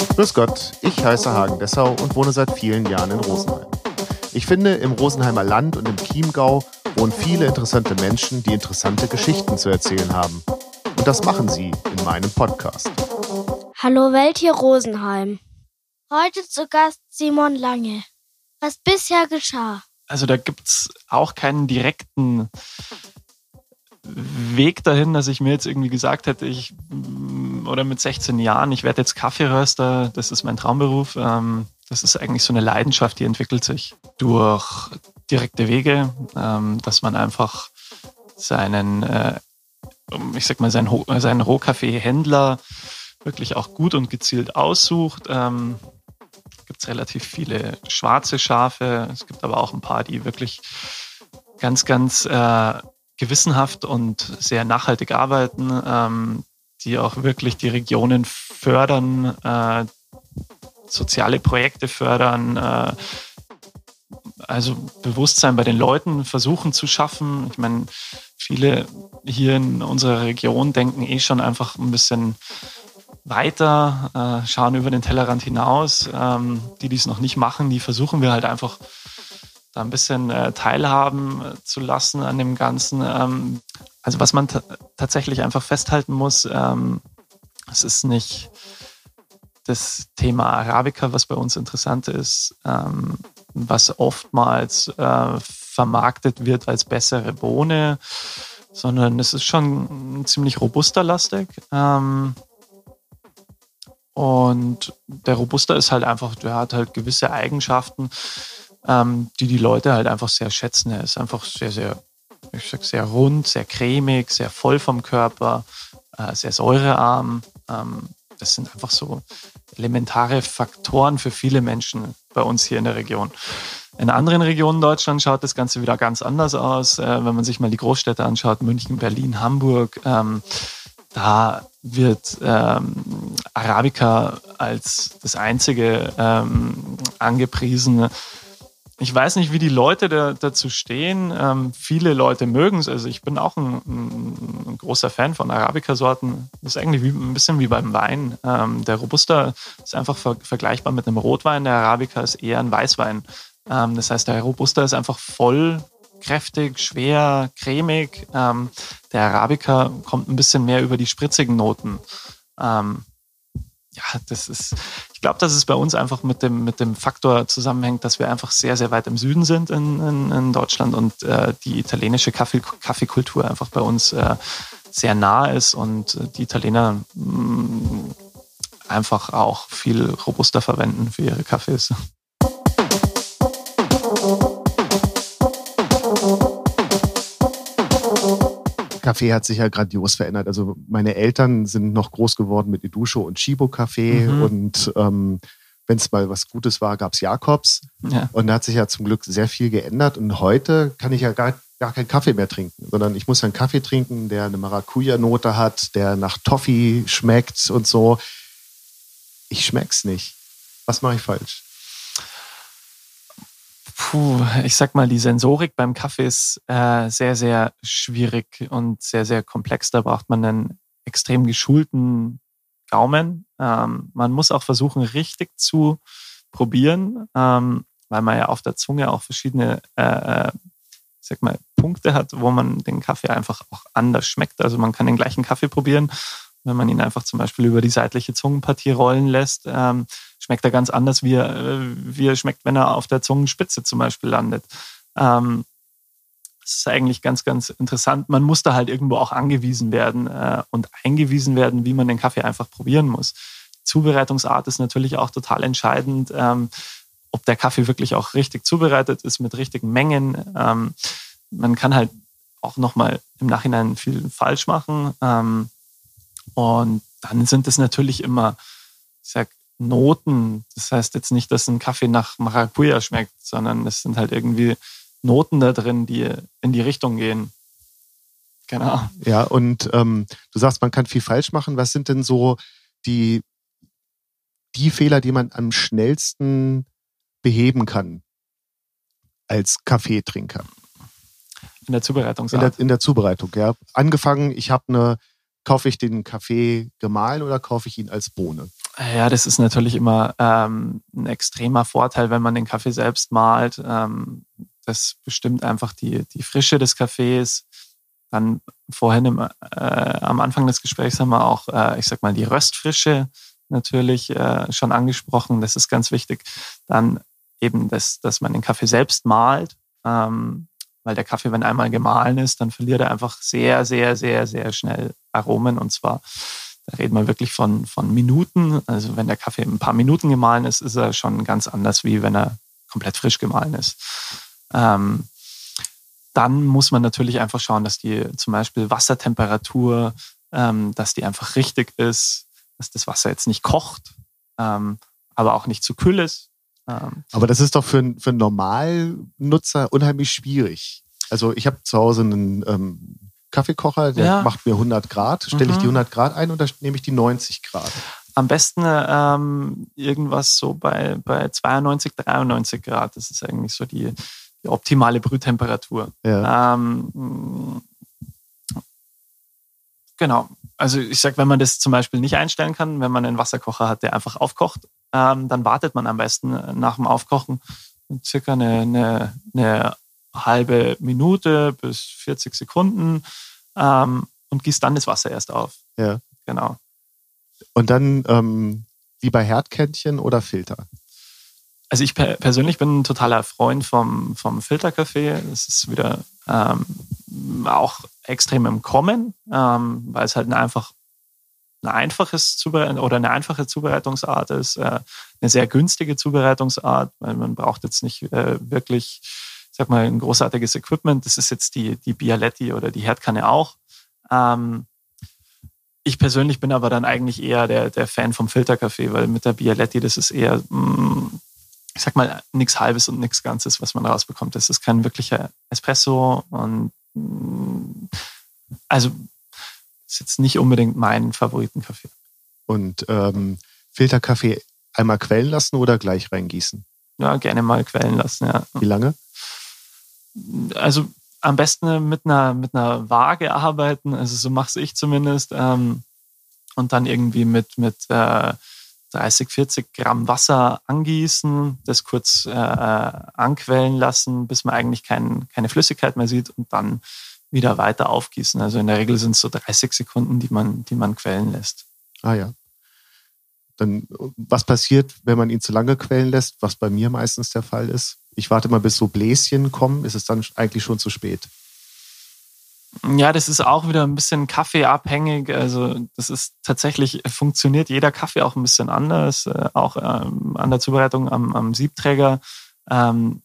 Grüß Gott, ich heiße Hagen Dessau und wohne seit vielen Jahren in Rosenheim. Ich finde, im Rosenheimer Land und im Chiemgau wohnen viele interessante Menschen, die interessante Geschichten zu erzählen haben. Und das machen sie in meinem Podcast. Hallo Welt hier Rosenheim. Heute zu Gast Simon Lange. Was bisher geschah? Also da gibt's auch keinen direkten Weg dahin, dass ich mir jetzt irgendwie gesagt hätte, oder mit 16 Jahren, ich werde jetzt Kaffeeröster, das ist mein Traumberuf. Das ist eigentlich so eine Leidenschaft, die entwickelt sich durch direkte Wege, dass man einfach seinen Rohkaffeehändler wirklich auch gut und gezielt aussucht. Gibt es relativ viele schwarze Schafe, es gibt aber auch ein paar, die wirklich ganz gewissenhaft und sehr nachhaltig arbeiten, die auch wirklich die Regionen fördern, soziale Projekte fördern, also Bewusstsein bei den Leuten versuchen zu schaffen. Ich meine, viele hier in unserer Region denken schon einfach ein bisschen weiter, schauen über den Tellerrand hinaus. Die es noch nicht machen, die versuchen wir halt einfach da ein bisschen teilhaben zu lassen an dem Ganzen. Also was man tatsächlich einfach festhalten muss, es ist nicht das Thema Arabica, was bei uns interessant ist, was oftmals vermarktet wird als bessere Bohne, sondern es ist schon ziemlich robusta-lastig. Und der Robusta ist halt einfach, der hat halt gewisse Eigenschaften, die Leute halt einfach sehr schätzen. Er ist einfach sehr rund, sehr cremig, sehr voll vom Körper, sehr säurearm. Das sind einfach so elementare Faktoren für viele Menschen bei uns hier in der Region. In anderen Regionen Deutschlands schaut das Ganze wieder ganz anders aus. Wenn man sich mal die Großstädte anschaut, München, Berlin, Hamburg, da wird Arabica als das einzige angepriesen. Ich weiß nicht, wie die Leute dazu stehen. Viele Leute mögen es. Also ich bin auch ein großer Fan von Arabica-Sorten. Das ist eigentlich ein bisschen wie beim Wein. Der Robusta ist einfach vergleichbar mit einem Rotwein. Der Arabica ist eher ein Weißwein. Das heißt, der Robusta ist einfach voll, kräftig, schwer, cremig. Der Arabica kommt ein bisschen mehr über die spritzigen Noten. Ich glaube, dass es bei uns einfach mit dem Faktor zusammenhängt, dass wir einfach sehr, sehr weit im Süden sind in Deutschland und die italienische Kaffeekultur einfach bei uns sehr nah ist und die Italiener einfach auch viel Robusta verwenden für ihre Kaffees. Kaffee hat sich ja grandios verändert. Also meine Eltern sind noch groß geworden mit Educho und Chibo-Kaffee und wenn es mal was Gutes war, gab es Jakobs. Ja. Und da hat sich ja zum Glück sehr viel geändert und heute kann ich ja gar keinen Kaffee mehr trinken, sondern ich muss einen Kaffee trinken, der eine Maracuja-Note hat, der nach Toffee schmeckt und so. Ich schmeck's nicht. Was mache ich falsch? Ich sag mal, die Sensorik beim Kaffee ist sehr, sehr schwierig und sehr, sehr komplex. Da braucht man einen extrem geschulten Gaumen. Man muss auch versuchen, richtig zu probieren, weil man ja auf der Zunge auch verschiedene Punkte hat, wo man den Kaffee einfach auch anders schmeckt. Also man kann den gleichen Kaffee probieren. Wenn man ihn einfach zum Beispiel über die seitliche Zungenpartie rollen lässt, schmeckt er ganz anders, wie er schmeckt, wenn er auf der Zungenspitze zum Beispiel landet. Das ist eigentlich ganz, ganz interessant. Man muss da halt irgendwo auch angewiesen werden und eingewiesen werden, wie man den Kaffee einfach probieren muss. Die Zubereitungsart ist natürlich auch total entscheidend, ob der Kaffee wirklich auch richtig zubereitet ist mit richtigen Mengen. Man kann halt auch nochmal im Nachhinein viel falsch machen. Und dann sind es natürlich immer, Noten. Das heißt jetzt nicht, dass ein Kaffee nach Maracuja schmeckt, sondern es sind halt irgendwie Noten da drin, die in die Richtung gehen. Genau. Ja, und du sagst, man kann viel falsch machen. Was sind denn so die Fehler, die man am schnellsten beheben kann als Kaffeetrinker? In der Zubereitungsart? In der Zubereitung, ja. Angefangen, kaufe ich den Kaffee gemahlen oder kaufe ich ihn als Bohne? Ja, das ist natürlich immer ein extremer Vorteil, wenn man den Kaffee selbst mahlt. Das bestimmt einfach die Frische des Kaffees. Dann vorhin am Anfang des Gesprächs haben wir auch, ich sag mal, die Röstfrische natürlich schon angesprochen. Das ist ganz wichtig. Dann eben, dass man den Kaffee selbst mahlt, weil der Kaffee, wenn einmal gemahlen ist, dann verliert er einfach sehr, sehr, sehr, sehr schnell Aromen. Und zwar, da reden wir wirklich von Minuten. Also wenn der Kaffee ein paar Minuten gemahlen ist, ist er schon ganz anders, wie wenn er komplett frisch gemahlen ist. Dann muss man natürlich einfach schauen, dass die zum Beispiel Wassertemperatur, dass die einfach richtig ist, dass das Wasser jetzt nicht kocht, aber auch nicht zu kühl ist. Aber das ist doch für einen Normalnutzer unheimlich schwierig. Also ich habe zu Hause einen Kaffeekocher, der macht mir 100 Grad. Stelle ich die 100 Grad ein und dann nehme ich die 90 Grad. Am besten irgendwas so bei 92, 93 Grad. Das ist eigentlich so die optimale Brühtemperatur. Ja. Genau. Also ich sage, wenn man das zum Beispiel nicht einstellen kann, wenn man einen Wasserkocher hat, der einfach aufkocht, dann wartet man am besten nach dem Aufkochen circa eine halbe Minute bis 40 Sekunden und gießt dann das Wasser erst auf. Ja. Genau. Und dann wie bei Herdkännchen oder Filter? Also ich persönlich bin ein totaler Freund vom Filterkaffee. Das ist wieder auch extrem im Kommen, weil es halt eine einfache Zubereitungsart ist, eine sehr günstige Zubereitungsart, weil man braucht jetzt nicht wirklich, ich sag mal, ein großartiges Equipment. Das ist jetzt die Bialetti oder die Herdkanne auch. Ich persönlich bin aber dann eigentlich eher der Fan vom Filterkaffee, weil mit der Bialetti, das ist eher, ich sag mal, nichts Halbes und nichts Ganzes, was man rausbekommt. Das ist kein wirklicher Espresso und also ist jetzt nicht unbedingt mein Favoritenkaffee. Und Filterkaffee einmal quellen lassen oder gleich reingießen? Ja, gerne mal quellen lassen, ja. Wie lange? Also am besten mit einer Waage arbeiten, also so mache ich zumindest. Und dann irgendwie mit 30, 40 Gramm Wasser angießen, das kurz anquellen lassen, bis man eigentlich keine Flüssigkeit mehr sieht und dann wieder weiter aufgießen. Also in der Regel sind es so 30 Sekunden, die man quellen lässt. Ah ja. Dann, was passiert, wenn man ihn zu lange quellen lässt, was bei mir meistens der Fall ist? Ich warte mal, bis so Bläschen kommen, ist es dann eigentlich schon zu spät. Ja, das ist auch wieder ein bisschen kaffeeabhängig. Also das ist tatsächlich, funktioniert jeder Kaffee auch ein bisschen anders, auch an der Zubereitung am Siebträger. Ein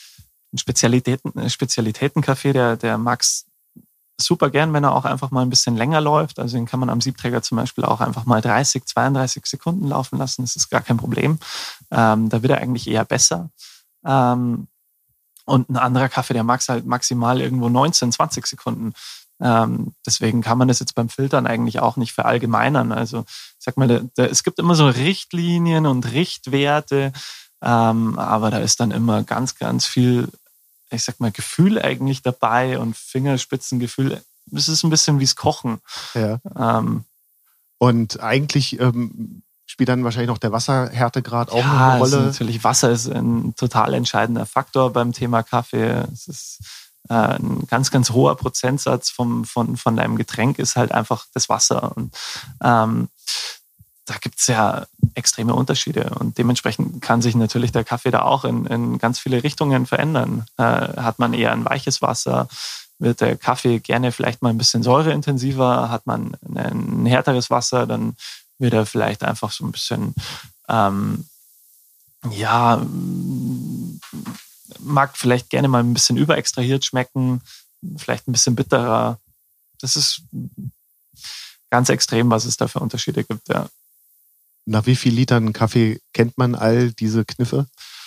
Spezialitätenkaffee, der mag's super gern, wenn er auch einfach mal ein bisschen länger läuft. Also den kann man am Siebträger zum Beispiel auch einfach mal 30, 32 Sekunden laufen lassen. Das ist gar kein Problem. Da wird er eigentlich eher besser. Und ein anderer Kaffee, der mag es halt maximal irgendwo 19, 20 Sekunden. Deswegen kann man das jetzt beim Filtern eigentlich auch nicht verallgemeinern. Also ich sag mal, es gibt immer so Richtlinien und Richtwerte, aber da ist dann immer ganz, ganz viel, ich sag mal, Gefühl eigentlich dabei und Fingerspitzengefühl. Das ist ein bisschen wie das Kochen. Ja. Und eigentlich spielt dann wahrscheinlich noch der Wasserhärtegrad auch noch eine Rolle. Natürlich, Wasser ist ein total entscheidender Faktor beim Thema Kaffee. Es ist ein ganz, ganz hoher Prozentsatz von deinem Getränk ist halt einfach das Wasser. Und da gibt es ja extreme Unterschiede. Und dementsprechend kann sich natürlich der Kaffee da auch in ganz viele Richtungen verändern. Hat man eher ein weiches Wasser, wird der Kaffee gerne vielleicht mal ein bisschen säureintensiver. Hat man ein härteres Wasser, dann wird er vielleicht einfach so ein bisschen, mag vielleicht gerne mal ein bisschen überextrahiert schmecken, vielleicht ein bisschen bitterer. Das ist ganz extrem, was es da für Unterschiede gibt, ja. Nach wie viel Litern Kaffee kennt man all diese Kniffe?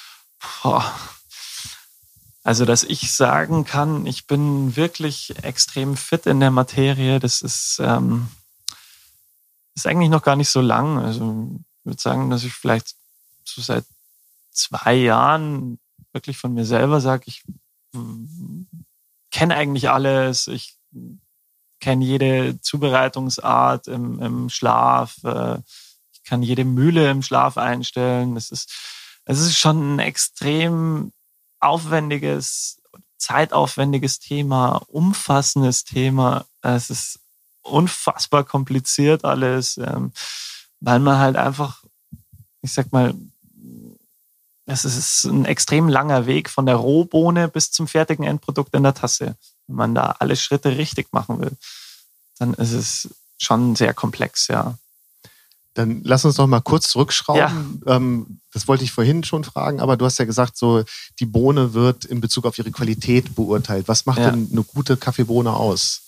Also, dass ich sagen kann, ich bin wirklich extrem fit in der Materie, das ist eigentlich noch gar nicht so lang. Also ich würde sagen, dass ich vielleicht so seit 2 Jahren wirklich von mir selber sage, ich kenne eigentlich alles, ich kenne jede Zubereitungsart im Schlaf, ich Ich kann jede Mühle im Schlaf einstellen. Es ist schon ein extrem aufwendiges, zeitaufwendiges Thema, umfassendes Thema. Es ist unfassbar kompliziert alles, weil man halt einfach, ich sag mal, es ist ein extrem langer Weg von der Rohbohne bis zum fertigen Endprodukt in der Tasse. Wenn man da alle Schritte richtig machen will, dann ist es schon sehr komplex, ja. Dann lass uns noch mal kurz zurückschrauben. Ja. Das wollte ich vorhin schon fragen, aber du hast ja gesagt, so die Bohne wird in Bezug auf ihre Qualität beurteilt. Was macht denn eine gute Kaffeebohne aus?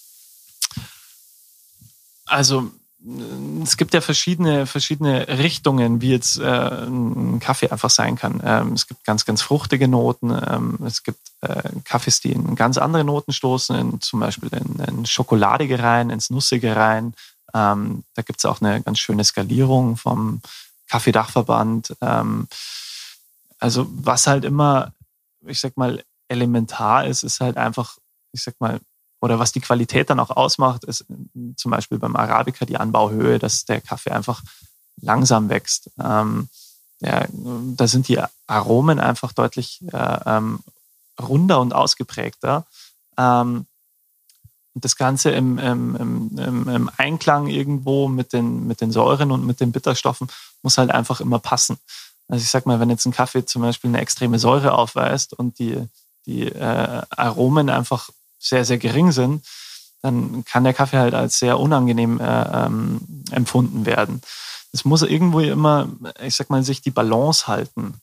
Also es gibt ja verschiedene Richtungen, wie jetzt ein Kaffee einfach sein kann. Es gibt ganz, ganz fruchtige Noten. Es gibt Kaffees, die in ganz andere Noten stoßen, zum Beispiel in schokoladige rein, ins Nussige rein. Da gibt es auch eine ganz schöne Skalierung vom Kaffeedachverband. Also was halt immer, ich sag mal, elementar ist halt einfach, ich sag mal, oder was die Qualität dann auch ausmacht, ist zum Beispiel beim Arabica die Anbauhöhe, dass der Kaffee einfach langsam wächst. Da sind die Aromen einfach deutlich runder und ausgeprägter. Und das Ganze im Einklang irgendwo mit den Säuren und mit den Bitterstoffen muss halt einfach immer passen. Also ich sag mal, wenn jetzt ein Kaffee zum Beispiel eine extreme Säure aufweist und die Aromen einfach sehr, sehr gering sind, dann kann der Kaffee halt als sehr unangenehm empfunden werden. Es muss irgendwo immer, ich sag mal, sich die Balance halten.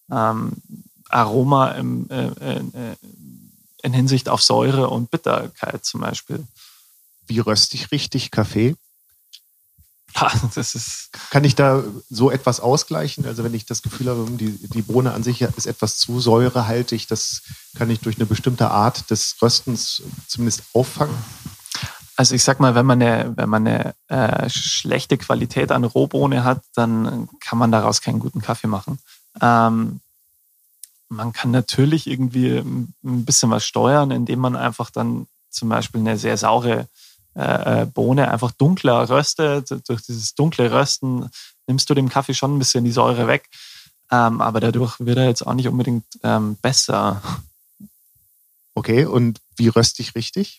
Aroma in Hinsicht auf Säure und Bitterkeit zum Beispiel. Wie röste ich richtig Kaffee? Das ist. Kann ich da so etwas ausgleichen? Also wenn ich das Gefühl habe, die Bohne an sich ist etwas zu säurehaltig, das kann ich durch eine bestimmte Art des Röstens zumindest auffangen? Also ich sag mal, wenn man eine schlechte Qualität an Rohbohne hat, dann kann man daraus keinen guten Kaffee machen. Man kann natürlich irgendwie ein bisschen was steuern, indem man einfach dann zum Beispiel eine sehr saure Bohne einfach dunkler röstet. Durch dieses dunkle Rösten nimmst du dem Kaffee schon ein bisschen die Säure weg. Aber dadurch wird er jetzt auch nicht unbedingt besser. Okay, und wie röste ich richtig?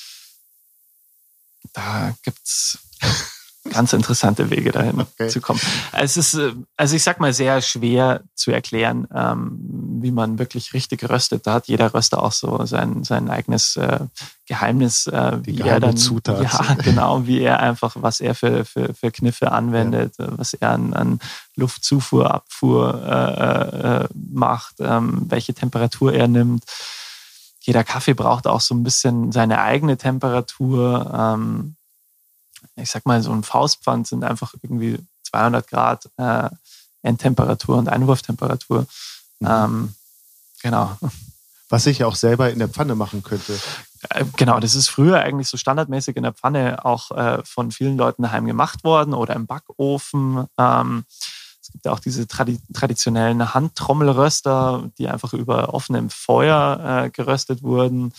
Da gibt's ganz interessante Wege dahin zu kommen. Es ist, also ich sag mal, sehr schwer zu erklären, wie man wirklich richtig röstet. Da hat jeder Röster auch so sein eigenes Geheimnis, wie er dann Zutat. Ja, genau, wie er einfach, was er für Kniffe anwendet, was er an Luftzufuhr, Abfuhr macht, welche Temperatur er nimmt. Jeder Kaffee braucht auch so ein bisschen seine eigene Temperatur. Ich sag mal, so ein Faustpfand sind einfach irgendwie 200 Grad Endtemperatur und Einwurftemperatur. Genau. Was ich auch selber in der Pfanne machen könnte. Genau, das ist früher eigentlich so standardmäßig in der Pfanne auch von vielen Leuten daheim gemacht worden oder im Backofen. Es gibt ja auch diese traditionellen Handtrommelröster, die einfach über offenem Feuer geröstet wurden.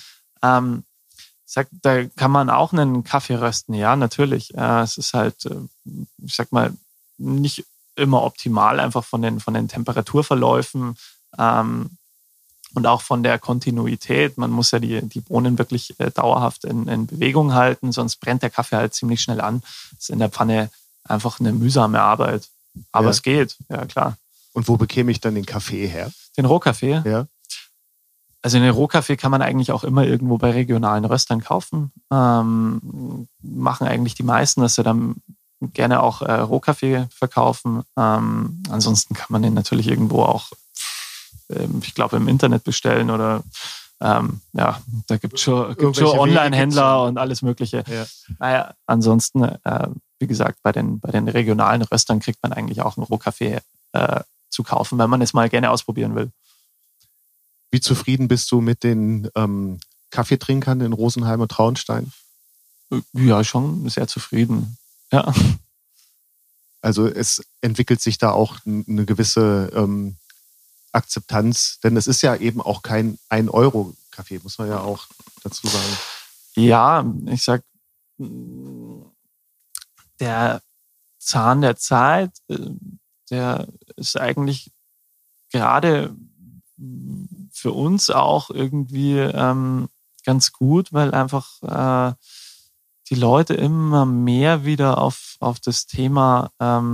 Da kann man auch einen Kaffee rösten, ja, natürlich. Es ist halt, ich sag mal, nicht immer optimal, einfach von den Temperaturverläufen und auch von der Kontinuität. Man muss ja die Bohnen wirklich dauerhaft in Bewegung halten, sonst brennt der Kaffee halt ziemlich schnell an. Das ist in der Pfanne einfach eine mühsame Arbeit. Aber es geht, ja klar. Und wo bekäme ich dann den Kaffee her? Den Rohkaffee? Ja. Also den Rohkaffee kann man eigentlich auch immer irgendwo bei regionalen Röstern kaufen. Machen eigentlich die meisten, dass sie dann gerne auch Rohkaffee verkaufen. Ansonsten kann man den natürlich irgendwo auch, ich glaube, im Internet bestellen oder da gibt es schon Online-Händler und alles Mögliche. Ja. Naja, ansonsten, wie gesagt, bei den regionalen Röstern kriegt man eigentlich auch einen Rohkaffee zu kaufen, wenn man es mal gerne ausprobieren will. Wie zufrieden bist du mit den Kaffeetrinkern in Rosenheim und Traunstein? Ja, schon sehr zufrieden. Ja. Also es entwickelt sich da auch eine gewisse Akzeptanz, denn es ist ja eben auch kein 1-Euro-Kaffee, muss man ja auch dazu sagen. Ja, ich sag, der Zahn der Zeit. Der ist eigentlich gerade für uns auch irgendwie ganz gut, weil einfach die Leute immer mehr wieder auf das Thema,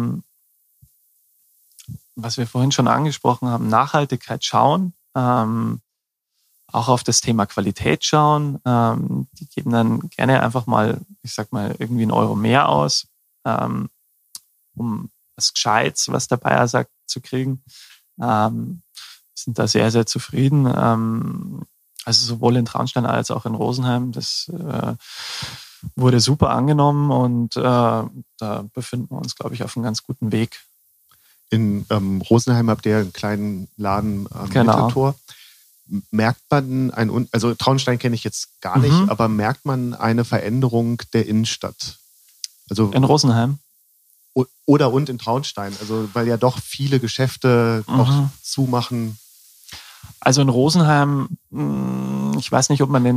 was wir vorhin schon angesprochen haben, Nachhaltigkeit schauen, auch auf das Thema Qualität schauen. Die geben dann gerne einfach mal, ich sag mal, irgendwie €1 mehr aus, um was Gescheites, was der Bayer sagt, zu kriegen. Sind da sehr, sehr zufrieden. Also sowohl in Traunstein als auch in Rosenheim. Das wurde super angenommen und da befinden wir uns, glaube ich, auf einem ganz guten Weg. In Rosenheim habt ihr einen kleinen Laden am Mitteltor. Merkt man also Traunstein kenne ich jetzt gar nicht, aber merkt man eine Veränderung der Innenstadt? Also in Rosenheim? Oder und in Traunstein, also weil ja doch viele Geschäfte noch zumachen. Also in Rosenheim, ich weiß nicht, ob man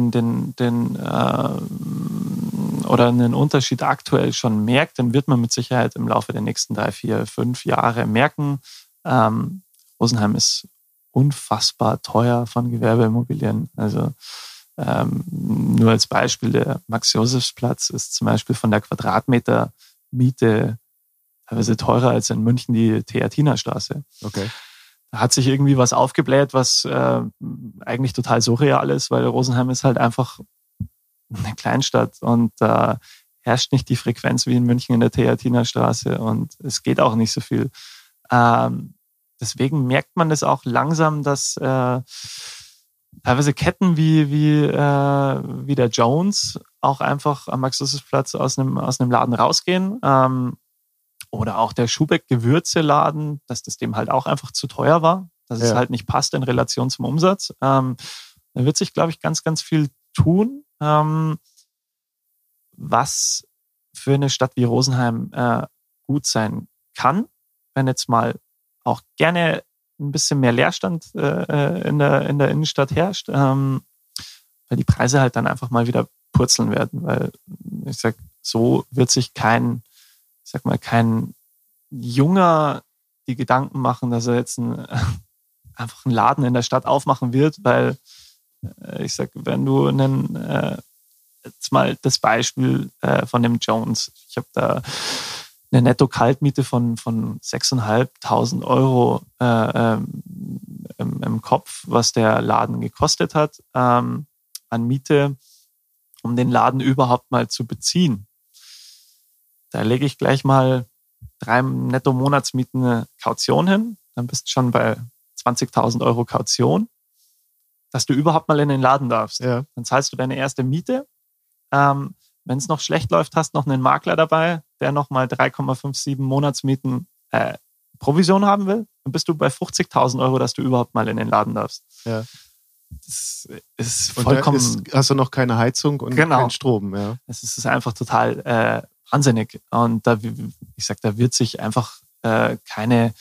oder einen Unterschied aktuell schon merkt, den wird man mit Sicherheit im Laufe der nächsten 3, 4, 5 Jahre merken. Rosenheim ist unfassbar teuer von Gewerbeimmobilien. Also nur als Beispiel, der Max-Josefs-Platz ist zum Beispiel von der Quadratmeter-Miete teilweise teurer als in München die Theatinerstraße. Okay. Da hat sich irgendwie was aufgebläht, was eigentlich total surreal ist, weil Rosenheim ist halt einfach eine Kleinstadt und da herrscht nicht die Frequenz wie in München in der Theatinerstraße und es geht auch nicht so viel. Deswegen merkt man das auch langsam, dass teilweise Ketten wie der Jones auch einfach am Max-Josefs-Platz aus einem Laden rausgehen. Oder auch der Schubeck-Gewürze-Laden, dass das dem halt auch einfach zu teuer war, dass es halt nicht passt in Relation zum Umsatz. Da wird sich, glaube ich, ganz, ganz viel tun, was für eine Stadt wie Rosenheim gut sein kann, wenn jetzt mal auch gerne ein bisschen mehr Leerstand in der Innenstadt herrscht, weil die Preise halt dann einfach mal wieder purzeln werden, weil ich sag, so wird sich kein Junger die Gedanken machen, dass er jetzt einfach einen Laden in der Stadt aufmachen wird, weil ich sag, wenn du jetzt mal das Beispiel von dem Jones, ich habe da eine Netto-Kaltmiete von 6.500 Euro im Kopf, was der Laden gekostet hat an Miete, um den Laden überhaupt mal zu beziehen. Da lege ich gleich mal 3 Netto-Monatsmieten Kaution hin. Dann bist du schon bei 20.000 Euro Kaution, dass du überhaupt mal in den Laden darfst. Ja. Dann zahlst du deine erste Miete. Wenn es noch schlecht läuft, hast du noch einen Makler dabei, der nochmal 3,57 Monatsmieten Provision haben will. Dann bist du bei 50.000 Euro, dass du überhaupt mal in den Laden darfst. Ja. Das ist vollkommen... Und da hast du noch keine Heizung und keinen Strom. Ja. Es ist einfach total wahnsinnig. Und da wird sich einfach keine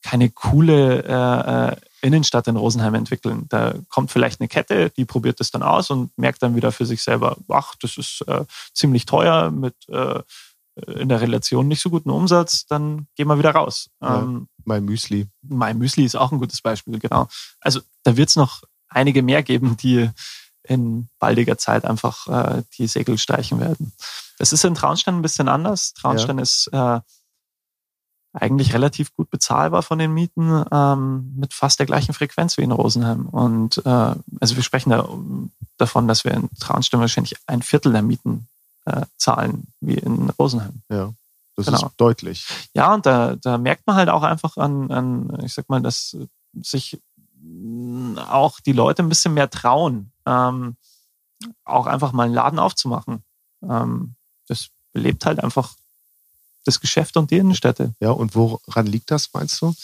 coole Innenstadt in Rosenheim entwickeln. Da kommt vielleicht eine Kette, die probiert das dann aus und merkt dann wieder für sich selber, ach, das ist ziemlich teuer mit in der Relation nicht so guten Umsatz, dann gehen wir wieder raus. My Müsli. My Müsli ist auch ein gutes Beispiel, genau. Also da wird es noch einige mehr geben, die in baldiger Zeit einfach die Segel streichen werden. Das ist in Traunstein ein bisschen anders. Traunstein ist eigentlich relativ gut bezahlbar von den Mieten, mit fast der gleichen Frequenz wie in Rosenheim. Und also wir sprechen davon, dass wir in Traunstein wahrscheinlich 1/4 der Mieten zahlen wie in Rosenheim. Ja, das ist deutlich. Ja, und da merkt man halt auch einfach an, ich sag mal, dass sich auch die Leute ein bisschen mehr trauen, auch einfach mal einen Laden aufzumachen. Das belebt halt einfach das Geschäft und die Innenstädte. Ja, und woran liegt das, meinst du?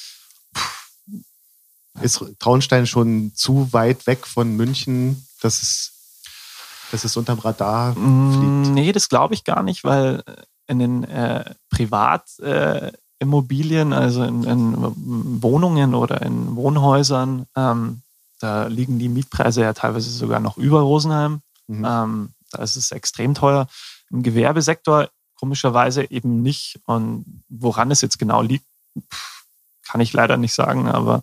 Ist Traunstein schon zu weit weg von München, dass es unterm Radar fliegt? Nee, das glaube ich gar nicht, weil in den Privatimmobilien, also in Wohnungen oder in Wohnhäusern, da liegen die Mietpreise ja teilweise sogar noch über Rosenheim. Da ist es extrem teuer. Im Gewerbesektor, komischerweise eben nicht. Und woran es jetzt genau liegt, kann ich leider nicht sagen, aber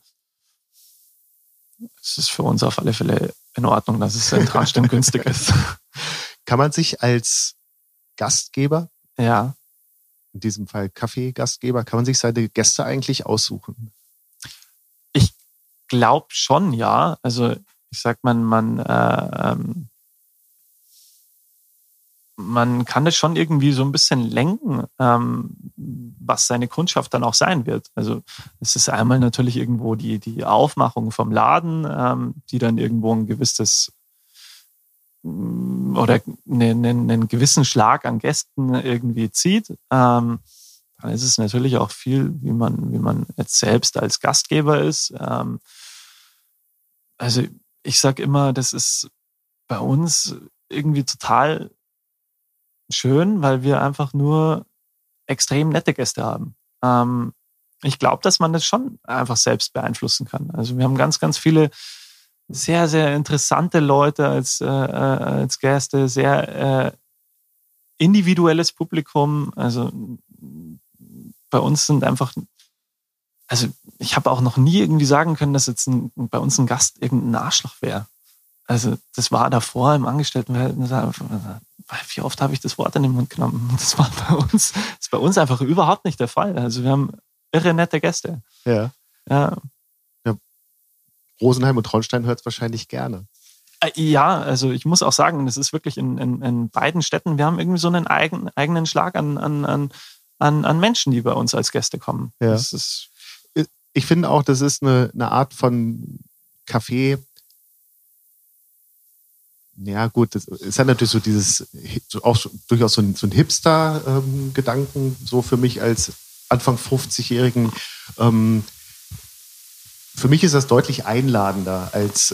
es ist für uns auf alle Fälle in Ordnung, dass es in Traunstein günstig ist. Kann man sich als Gastgeber, ja, in diesem Fall Kaffeegastgeber, kann man sich seine Gäste eigentlich aussuchen? Ich glaube schon, ja. Also ich sag, man kann das schon irgendwie so ein bisschen lenken, was seine Kundschaft dann auch sein wird. Also es ist einmal natürlich irgendwo die Aufmachung vom Laden, die dann irgendwo ein gewisses oder einen gewissen Schlag an Gästen irgendwie zieht. Dann ist es natürlich auch viel, wie man jetzt selbst als Gastgeber ist. Also ich sage immer, das ist bei uns irgendwie total schön, weil wir einfach nur extrem nette Gäste haben. Ich glaube, dass man das schon einfach selbst beeinflussen kann. Also wir haben ganz, ganz viele sehr, sehr interessante Leute als Gäste, sehr individuelles Publikum. Also bei uns sind einfach, also ich habe auch noch nie irgendwie sagen können, dass jetzt bei uns ein Gast irgendein Arschloch wäre. Also das war davor im Angestelltenverhältnis. Wie oft habe ich das Wort in den Mund genommen? Das ist bei uns einfach überhaupt nicht der Fall. Also wir haben irre nette Gäste. Ja. Ja. Rosenheim und Traunstein hört es wahrscheinlich gerne. Ja, also ich muss auch sagen, das ist wirklich in beiden Städten, wir haben irgendwie so einen eigenen Schlag an Menschen, die bei uns als Gäste kommen. Ja. Das ist, ich finde auch, das ist eine Art von Kaffee. Ja gut, das ist ja natürlich so dieses, auch durchaus so ein Hipster-Gedanken, so für mich als Anfang 50-Jährigen. Für mich ist das deutlich einladender als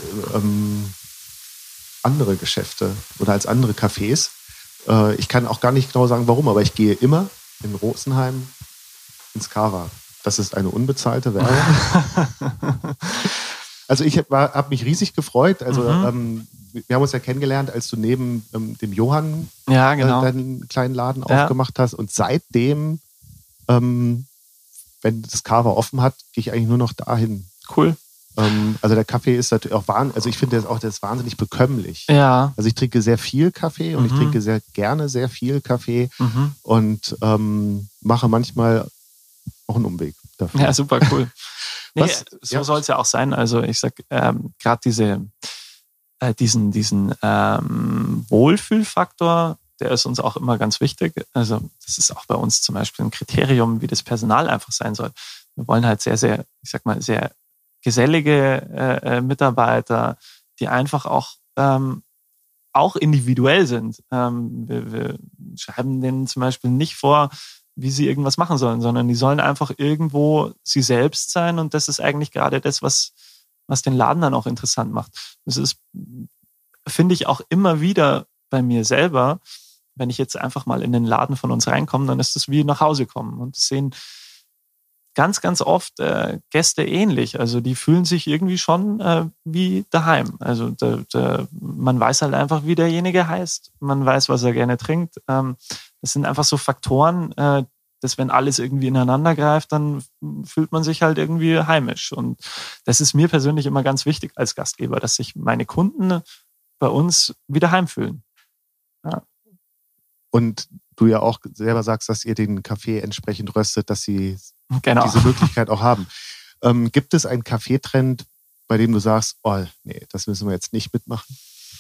andere Geschäfte oder als andere Cafés. Ich kann auch gar nicht genau sagen, warum, aber ich gehe immer in Rosenheim ins Kava. Das ist eine unbezahlte Werbung. Also ich habe mich riesig gefreut. Also wir haben uns ja kennengelernt, als du neben dem Johann deinen kleinen Laden aufgemacht hast. Und seitdem, wenn das Kava offen hat, gehe ich eigentlich nur noch dahin. Cool. Also der Kaffee ist natürlich auch also ich finde der ist wahnsinnig bekömmlich. Ja. Also ich trinke sehr viel Kaffee und ich trinke sehr gerne sehr viel Kaffee und mache manchmal auch einen Umweg dafür. Ja, super cool. Nee, so soll es ja auch sein. Also ich sag, gerade diesen Wohlfühlfaktor, der ist uns auch immer ganz wichtig. Also das ist auch bei uns zum Beispiel ein Kriterium, wie das Personal einfach sein soll. Wir wollen halt sehr, sehr, ich sag mal, sehr gesellige Mitarbeiter, die einfach auch individuell sind. Wir schreiben denen zum Beispiel nicht vor, wie sie irgendwas machen sollen, sondern die sollen einfach irgendwo sie selbst sein und das ist eigentlich gerade das, was den Laden dann auch interessant macht. Das ist, finde ich, auch immer wieder bei mir selber, wenn ich jetzt einfach mal in den Laden von uns reinkomme, dann ist das wie nach Hause kommen und das sehen ganz, ganz oft Gäste ähnlich. Also die fühlen sich irgendwie schon wie daheim. Also man weiß halt einfach, wie derjenige heißt. Man weiß, was er gerne trinkt. Das sind einfach so Faktoren, dass wenn alles irgendwie ineinander greift, dann fühlt man sich halt irgendwie heimisch. Und das ist mir persönlich immer ganz wichtig als Gastgeber, dass sich meine Kunden bei uns wieder heimfühlen. Ja. Und du ja auch selber sagst, dass ihr den Kaffee entsprechend röstet, dass sie diese Möglichkeit auch haben. Gibt es einen Kaffeetrend, bei dem du sagst, oh nee, das müssen wir jetzt nicht mitmachen?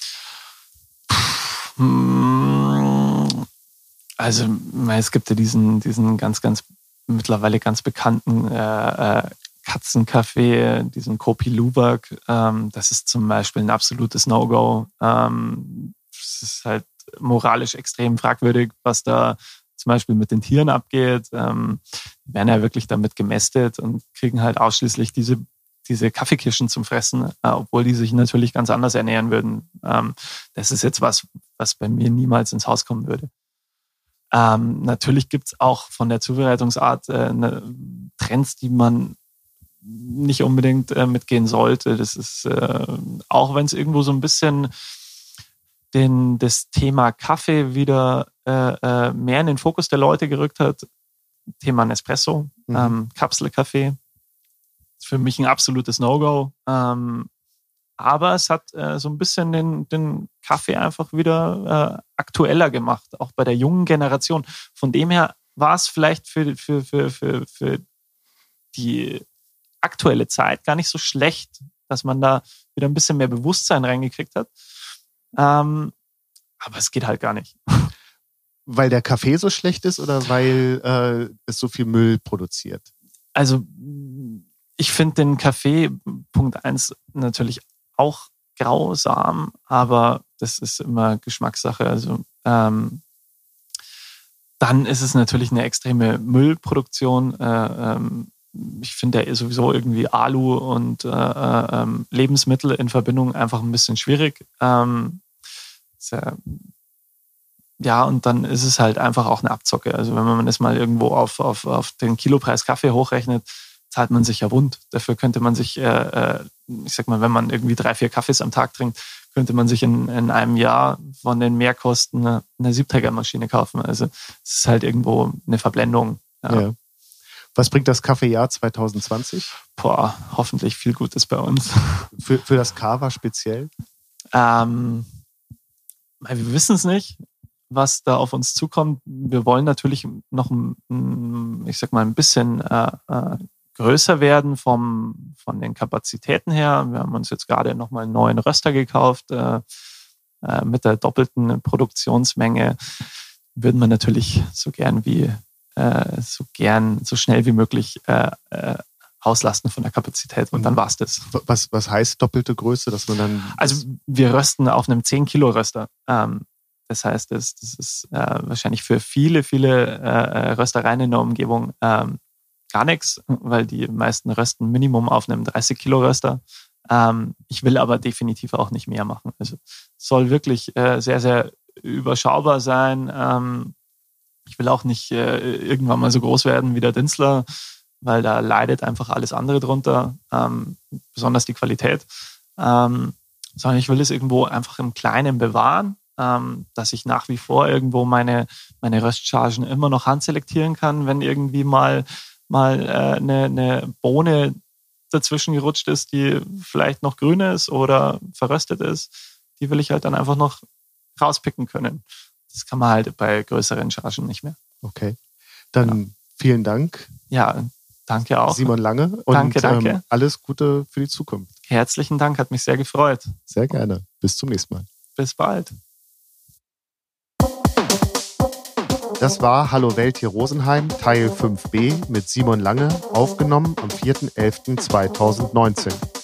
Also es gibt ja diesen ganz, ganz mittlerweile ganz bekannten Katzenkaffee, diesen Kopi Luwak. Das ist zum Beispiel ein absolutes No-Go. Es ist halt moralisch extrem fragwürdig, was da zum Beispiel mit den Tieren abgeht. Die werden ja wirklich damit gemästet und kriegen halt ausschließlich diese Kaffeekirschen zum Fressen, obwohl die sich natürlich ganz anders ernähren würden. Das ist jetzt was bei mir niemals ins Haus kommen würde. Natürlich gibt es auch von der Zubereitungsart Trends, die man nicht unbedingt mitgehen sollte. Das ist, auch wenn es irgendwo so ein bisschen das Thema Kaffee wieder mehr in den Fokus der Leute gerückt hat. Thema Nespresso, Kapselkaffee. Für mich ein absolutes No-Go. Aber es hat so ein bisschen den Kaffee einfach wieder aktueller gemacht, auch bei der jungen Generation. Von dem her war es vielleicht für die aktuelle Zeit gar nicht so schlecht, dass man da wieder ein bisschen mehr Bewusstsein reingekriegt hat. Aber es geht halt gar nicht. Weil der Kaffee so schlecht ist oder weil es so viel Müll produziert? Also ich finde den Kaffee, Punkt 1, natürlich auch grausam, aber das ist immer Geschmackssache. Also dann ist es natürlich eine extreme Müllproduktion. Ich finde ja sowieso irgendwie Alu und Lebensmittel in Verbindung einfach ein bisschen schwierig. Ja, und dann ist es halt einfach auch eine Abzocke. Also wenn man das mal irgendwo auf den Kilopreis Kaffee hochrechnet, zahlt man sich ja wund. Dafür könnte man sich, ich sag mal, wenn man irgendwie 3-4 Kaffees am Tag trinkt, könnte man sich in einem Jahr von den Mehrkosten eine Siebträgermaschine kaufen. Also es ist halt irgendwo eine Verblendung. Ja. Was bringt das Kaffeejahr 2020? Hoffentlich viel Gutes bei uns. Für das Kava speziell? Wir wissen es nicht, was da auf uns zukommt. Wir wollen natürlich noch, ich sag mal, ein bisschen größer werden von den Kapazitäten her. Wir haben uns jetzt gerade nochmal einen neuen Röster gekauft mit der doppelten Produktionsmenge. Würden wir natürlich so schnell wie möglich auslasten von der Kapazität und dann war's das. Was heißt doppelte Größe, dass man dann... Also wir rösten auf einem 10-Kilo-Röster. Das heißt, das ist wahrscheinlich für viele Röstereien in der Umgebung gar nichts, weil die meisten rösten Minimum auf einem 30-Kilo-Röster. Ich will aber definitiv auch nicht mehr machen. Also es soll wirklich sehr, sehr überschaubar sein. Ich will auch nicht irgendwann mal so groß werden wie der Dinzler, weil da leidet einfach alles andere drunter, besonders die Qualität. Sondern ich will es irgendwo einfach im Kleinen bewahren, dass ich nach wie vor irgendwo meine Röstchargen immer noch handselektieren kann, wenn irgendwie mal eine Bohne dazwischen gerutscht ist, die vielleicht noch grün ist oder verröstet ist. Die will ich halt dann einfach noch rauspicken können. Das kann man halt bei größeren Chargen nicht mehr. Okay, dann vielen Dank. Ja, danke auch. Simon Lange und danke. Alles Gute für die Zukunft. Herzlichen Dank, hat mich sehr gefreut. Sehr gerne. Bis zum nächsten Mal. Bis bald. Das war Hallo Welt hier Rosenheim, Teil 5b mit Simon Lange, aufgenommen am 4.11.2019.